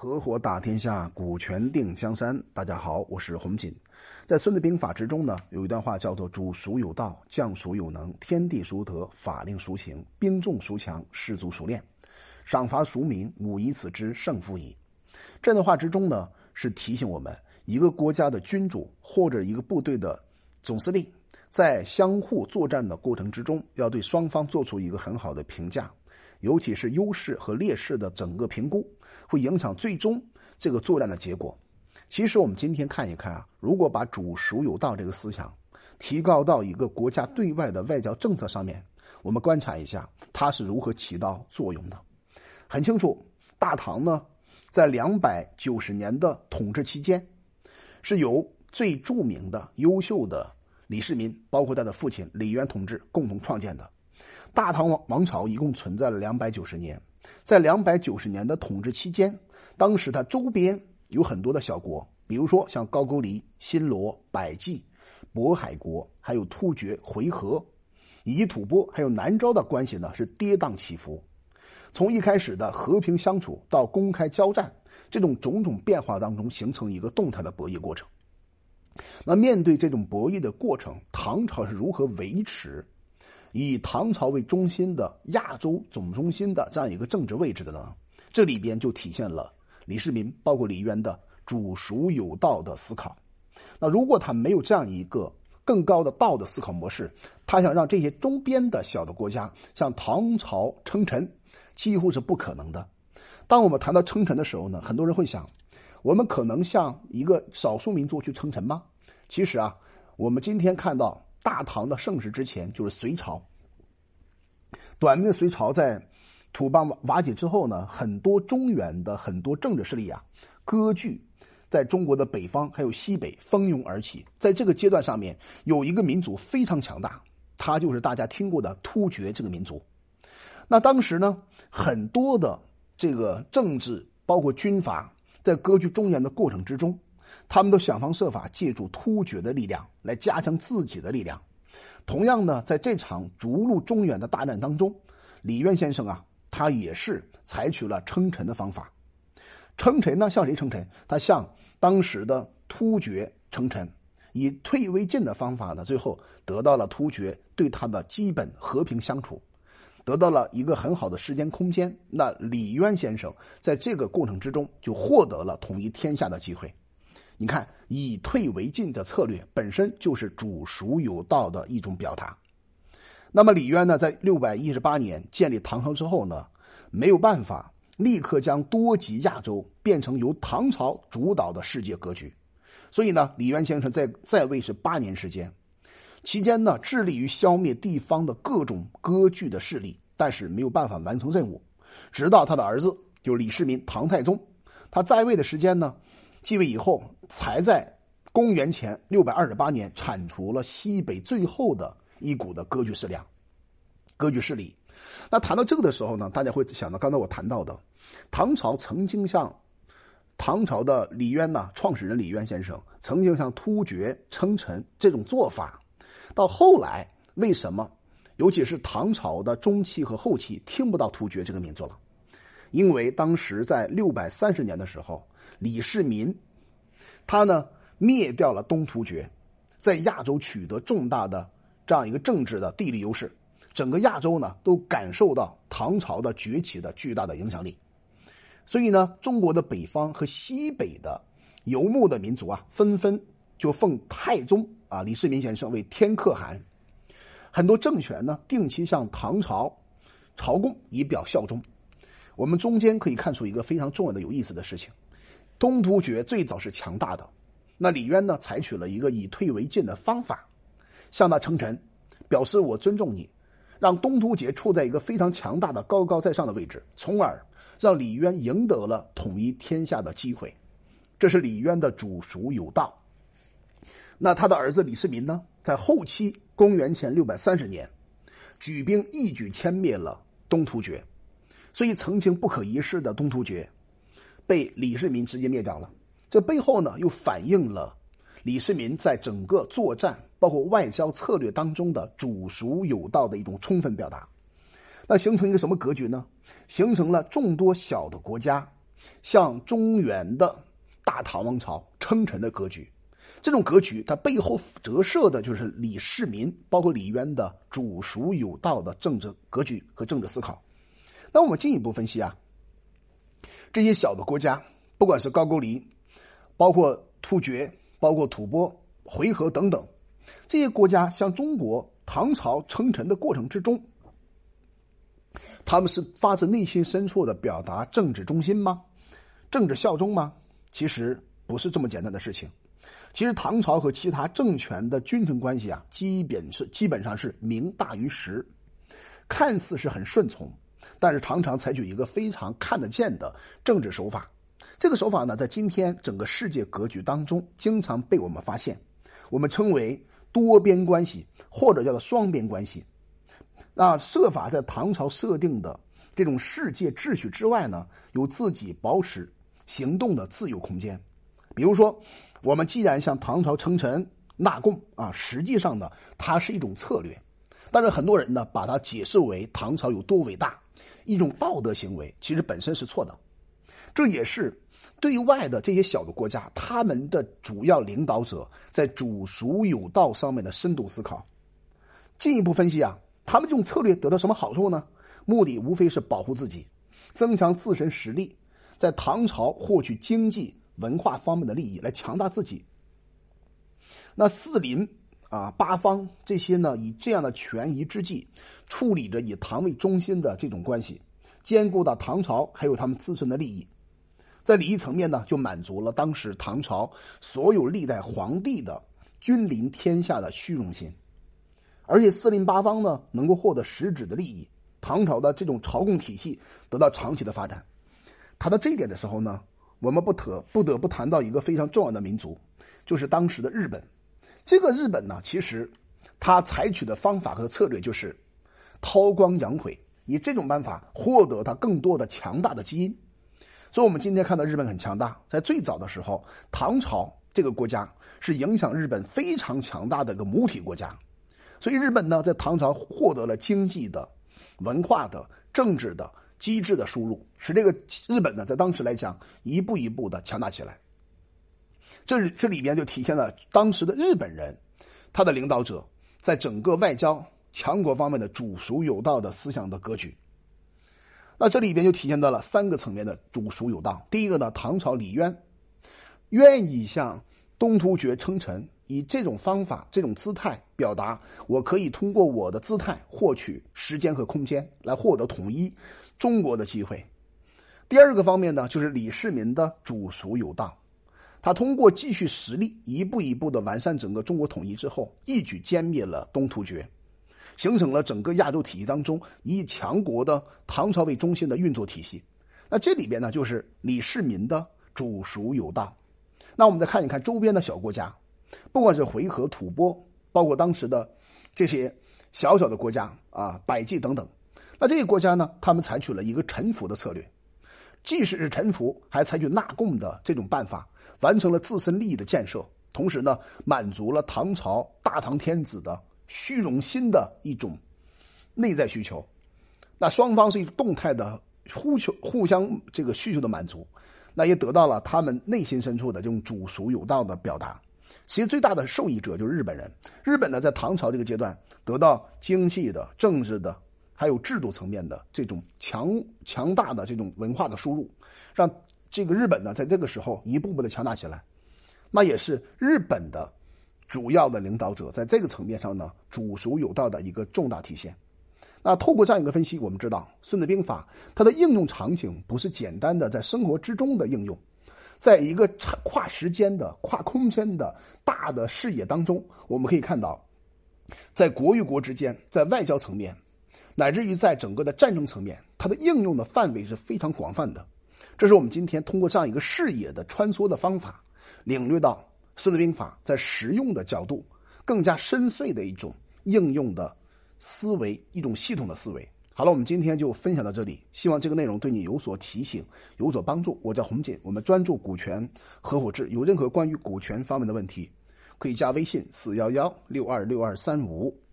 合伙打天下，股权定江山。大家好，我是洪锦。在《孙子兵法》之中呢，有一段话叫做“主孰有道，将孰有能，天地孰得，法令孰行，兵众孰强，士卒孰练，赏罚孰明，吾以此知胜负矣”。这段话之中呢，是提醒我们，一个国家的君主或者一个部队的总司令，在相互作战的过程之中，要对双方做出一个很好的评价，尤其是优势和劣势的整个评估，会影响最终这个作战的结果。其实我们今天看一看啊，如果把主孰有道这个思想提高到一个国家对外的外交政策上面，我们观察一下它是如何起到作用的。很清楚，大唐呢在290年的统治期间，是由最著名的优秀的李世民，包括他的父亲李渊同志共同创建的。大唐王朝一共存在了290年，在290年的统治期间，当时它周边有很多的小国，比如说像高句丽、新罗、百济、渤海国，还有突厥、回纥以及吐蕃还有南诏的关系呢是跌宕起伏。从一开始的和平相处到公开交战，这种种种变化当中形成一个动态的博弈过程。那面对这种博弈的过程，唐朝是如何维持以唐朝为中心的亚洲总中心的这样一个政治位置的呢？这里边就体现了李世民包括李渊的主孰有道的思考。那如果他没有这样一个更高的道的思考模式，他想让这些周边的小的国家向唐朝称臣，几乎是不可能的。当我们谈到称臣的时候呢，很多人会想，我们可能向一个少数民族去称臣吗？其实啊，我们今天看到大唐的盛世之前就是隋朝。短命的隋朝在土邦瓦解之后呢，很多中原的很多政治势力啊，割据在中国的北方还有西北蜂拥而起。在这个阶段上面，有一个民族非常强大，它就是大家听过的突厥这个民族。那当时呢，很多的这个政治包括军阀在割据中原的过程之中，他们都想方设法借助突厥的力量来加强自己的力量。同样呢，在这场逐鹿中原的大战当中，李渊先生啊，他也是采取了称臣的方法。称臣呢，向谁称臣？他向当时的突厥称臣，以退为进的方法呢，最后得到了突厥对他的基本和平相处，得到了一个很好的时间空间。那李渊先生在这个过程之中就获得了统一天下的机会。你看，以退为进的策略本身就是主孰有道的一种表达。那么李渊呢，在618年建立唐朝之后呢，没有办法立刻将多极亚洲变成由唐朝主导的世界格局。所以呢，李渊先生在位是8年时间，期间呢，致力于消灭地方的各种割据的势力，但是没有办法完成任务。直到他的儿子就是李世民唐太宗，他在位的时间呢，继位以后，才在公元前628年铲除了西北最后的一股的割据势力。那谈到这个的时候呢，大家会想到刚才我谈到的，唐朝曾经向唐朝的李渊呢，创始人李渊先生曾经向突厥称臣这种做法，到后来为什么尤其是唐朝的中期和后期听不到突厥这个名字了？因为当时在630年的时候，李世民他呢灭掉了东突厥，在亚洲取得重大的这样一个政治的地理优势，整个亚洲呢都感受到唐朝的崛起的巨大的影响力。所以呢，中国的北方和西北的游牧的民族啊，纷纷就奉太宗啊李世民先生为天可汗，很多政权呢定期向唐朝朝贡以表效忠。我们中间可以看出一个非常重要的有意思的事情，东突厥最早是强大的，那李渊呢采取了一个以退为进的方法，向他称臣，表示我尊重你，让东突厥处在一个非常强大的高高在上的位置，从而让李渊赢得了统一天下的机会。这是李渊的主孰有道。那他的儿子李世民呢，在后期公元前630年举兵一举歼灭了东突厥，所以曾经不可一世的东突厥被李世民直接灭掉了。这背后呢，又反映了李世民在整个作战包括外交策略当中的主孰有道的一种充分表达。那形成一个什么格局呢？形成了众多小的国家向中原的大唐王朝称臣的格局。这种格局它背后折射的就是李世民包括李渊的主属有道的政治格局和政治思考。那我们进一步分析这些小的国家，不管是高句丽，包括突厥，包括吐蕃、回纥等等，这些国家向中国唐朝称臣的过程之中，他们是发自内心深处的表达政治忠心吗？政治效忠吗？其实不是这么简单的事情。其实唐朝和其他政权的君臣关系基本上是名大于实，看似是很顺从，但是常常采取一个非常看得见的政治手法。这个手法呢，在今天整个世界格局当中经常被我们发现，我们称为多边关系，或者叫做双边关系。那设法在唐朝设定的这种世界秩序之外呢，有自己保持行动的自由空间。比如说，我们既然向唐朝称臣纳贡实际上呢，它是一种策略，但是很多人呢把它解释为唐朝有多伟大，一种道德行为，其实本身是错的。这也是对外的这些小的国家，他们的主要领导者在主属有道上面的深度思考。进一步分析他们这种策略得到什么好处呢？目的无非是保护自己，增强自身实力，在唐朝获取经济文化方面的利益，来强大自己。那四邻八方这些呢，以这样的权宜之计处理着以唐为中心的这种关系，兼顾到唐朝还有他们自身的利益。在利益层面呢，就满足了当时唐朝所有历代皇帝的君临天下的虚荣心，而且四邻八方呢能够获得实质的利益，唐朝的这种朝贡体系得到长期的发展。谈到这一点的时候呢，我们不得不谈到一个非常重要的民族，就是当时的日本。这个日本呢，其实他采取的方法和策略就是韬光养晦，以这种办法获得他更多的强大的基因。所以我们今天看到日本很强大，在最早的时候，唐朝这个国家是影响日本非常强大的一个母体国家。所以日本呢，在唐朝获得了经济的、文化的、政治的、机制的输入，使这个日本呢，在当时来讲，一步一步的强大起来。这里边就体现了当时的日本人，他的领导者在整个外交强国方面的主属有道的思想的格局。那这里边就体现到了三个层面的主属有道。第一个呢，唐朝李渊愿意向东突厥称臣，以这种方法、这种姿态表达我可以通过我的姿态获取时间和空间，来获得统一中国的机会。第二个方面呢，就是李世民的主属有道，他通过继续实力，一步一步的完善整个中国统一之后，一举歼灭了东突厥，形成了整个亚洲体系当中以强国的唐朝为中心的运作体系。那这里边呢，就是李世民的主属有道。那我们再看一看周边的小国家，不管是回纥、吐蕃，包括当时的这些小小的国家百济等等，那这些国家呢，他们采取了一个臣服的策略，即使是臣服，还采取纳贡的这种办法，完成了自身利益的建设，同时呢，满足了唐朝大唐天子的虚荣心的一种内在需求。那双方是一种动态的互相这个需求的满足，那也得到了他们内心深处的这种主属有道的表达。其实最大的受益者就是日本人。日本呢，在唐朝这个阶段得到经济的、政治的还有制度层面的这种强大的这种文化的输入，让这个日本呢在这个时候一步步的强大起来。那也是日本的主要的领导者在这个层面上呢主属有道的一个重大体现。那透过这样一个分析，我们知道孙子兵法它的应用场景不是简单的在生活之中的应用，在一个跨时间的、跨空间的大的视野当中，我们可以看到在国与国之间，在外交层面乃至于在整个的战争层面，它的应用的范围是非常广泛的。这是我们今天通过这样一个视野的穿梭的方法，领略到孙子兵法在实用的角度更加深邃的一种应用的思维，一种系统的思维。好了，我们今天就分享到这里，希望这个内容对你有所提醒，有所帮助。我叫洪锦，我们专注股权合伙制，有任何关于股权方面的问题，可以加微信411-626235